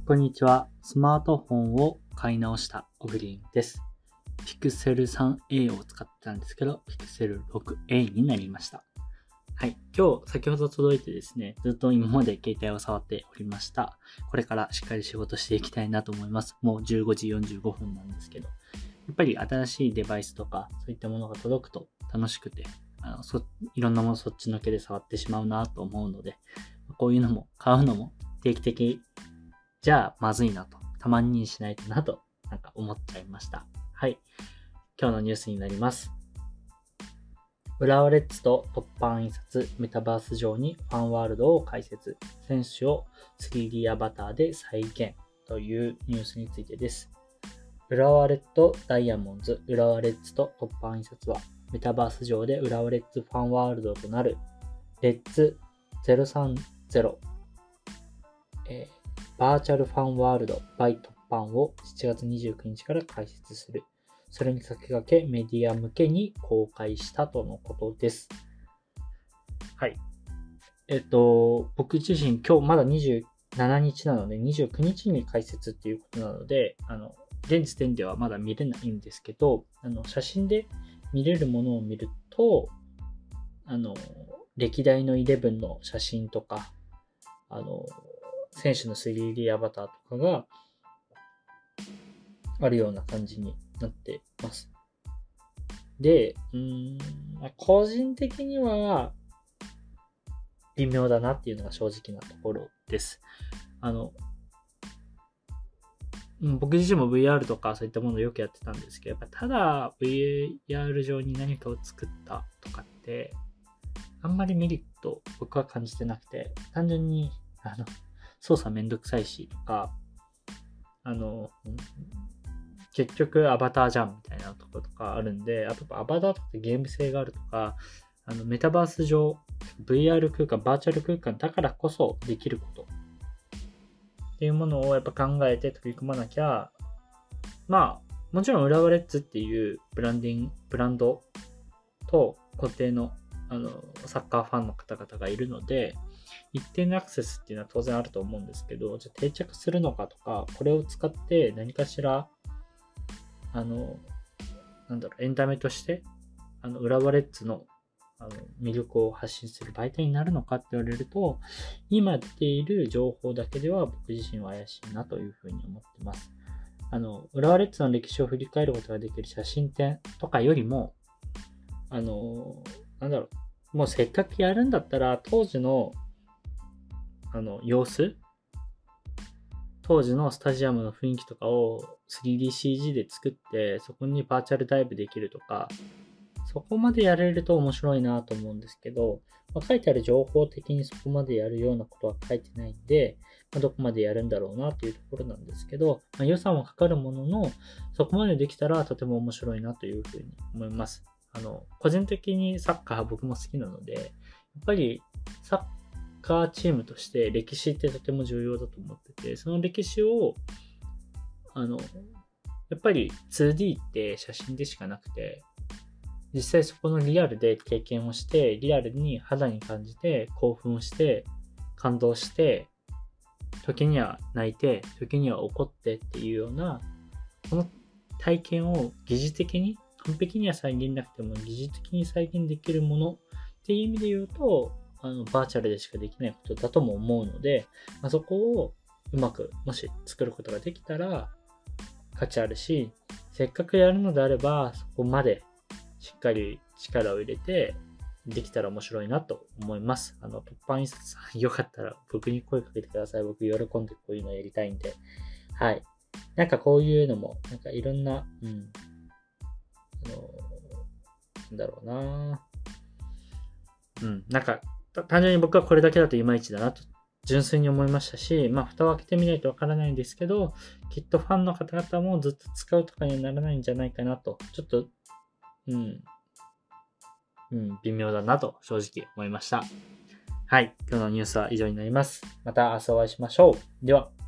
こんにちは。スマートフォンを買い直したオグリーンです。Pixel 3a を使ってたんですけど、Pixel 6a になりました。はい。先ほど届いてですね、ずっと今まで携帯を触っておりました。これからしっかり仕事していきたいなと思います。もう15時45分なんですけど、やっぱり新しいデバイスとか、そういったものが届くと楽しくて、いろんなものそっちのけで触ってしまうなと思うので、こういうのも買うのも定期的じゃあまずいなと、たまにしないとなと思っちゃいました。はい。今日のニュースになります。浦和レッズと凸版印刷メタバース上にファンワールドを開設、選手を 3D アバターで再現というニュースについてです。浦和レッドダイヤモンズ、浦和レッズと凸版印刷はメタバース上で浦和レッズファンワールドとなるレッズ030、バーチャルファンワールド by 凸版を7月29日から開設する。それに先駆けメディア向けに公開したとのことです。はい。僕自身今日まだ27日なので29日に開設っていうことなので、現時点ではまだ見れないんですけど、写真で見れるものを見ると、歴代の11の写真とか、選手の 3D アバターとかがあるような感じになってます。で、個人的には微妙だなっていうのが正直なところです。僕自身も VR とかそういったものをよくやってたんですけど、ただ VR 上に何かを作ったとかって、あんまりメリット僕は感じてなくて、単純に操作めんどくさいしとか、結局アバターじゃんみたいなところとかあるんで、あとアバターとかゲーム性があるとか、メタバース上、VR 空間、バーチャル空間だからこそできることっていうものをやっぱ考えて取り組まなきゃ、もちろん浦和レッズっていうブランドと固定のサッカーファンの方々がいるので、一定のアクセスっていうのは当然あると思うんですけど、じゃあ定着するのかとか、これを使って何かしら、エンタメとして、浦和レッズの魅力を発信する媒体になるのかって言われると、今出ている情報だけでは僕自身は怪しいなというふうに思ってます。浦和レッズの歴史を振り返ることができる写真展とかよりも、もうせっかくやるんだったら、当時の、様子、当時のスタジアムの雰囲気とかを 3DCG で作って、そこにバーチャルダイブできるとか、そこまでやれると面白いなと思うんですけど、書いてある情報的にそこまでやるようなことは書いてないんで、どこまでやるんだろうなというところなんですけど、予算はかかるものの、そこまでできたらとても面白いなというふうに思います。個人的にサッカー僕も好きなので、やっぱりサッカーチームとして歴史ってとても重要だと思ってて、その歴史を、やっぱり 2D って写真でしかなくて、実際そこのリアルで経験をして、リアルに肌に感じて、興奮して、感動して、時には泣いて、時には怒ってっていうような、この体験を疑似的に、完璧には再現なくても疑似的に再現できるものっていう意味で言うと、バーチャルでしかできないことだとも思うので、そこをうまくもし作ることができたら価値あるし、せっかくやるのであればそこまでしっかり力を入れてできたら面白いなと思います。凸版印刷さんよかったら僕に声かけてください。僕喜んでこういうのやりたいんで。はい。こういうのも、いろんな、単純に僕はこれだけだといまいちだなと純粋に思いましたし、蓋を開けてみないとわからないんですけど、きっとファンの方々もずっと使うとかにはならないんじゃないかなと、ちょっと、微妙だなと正直思いました。はい、今日のニュースは以上になります。また明日お会いしましょう。では。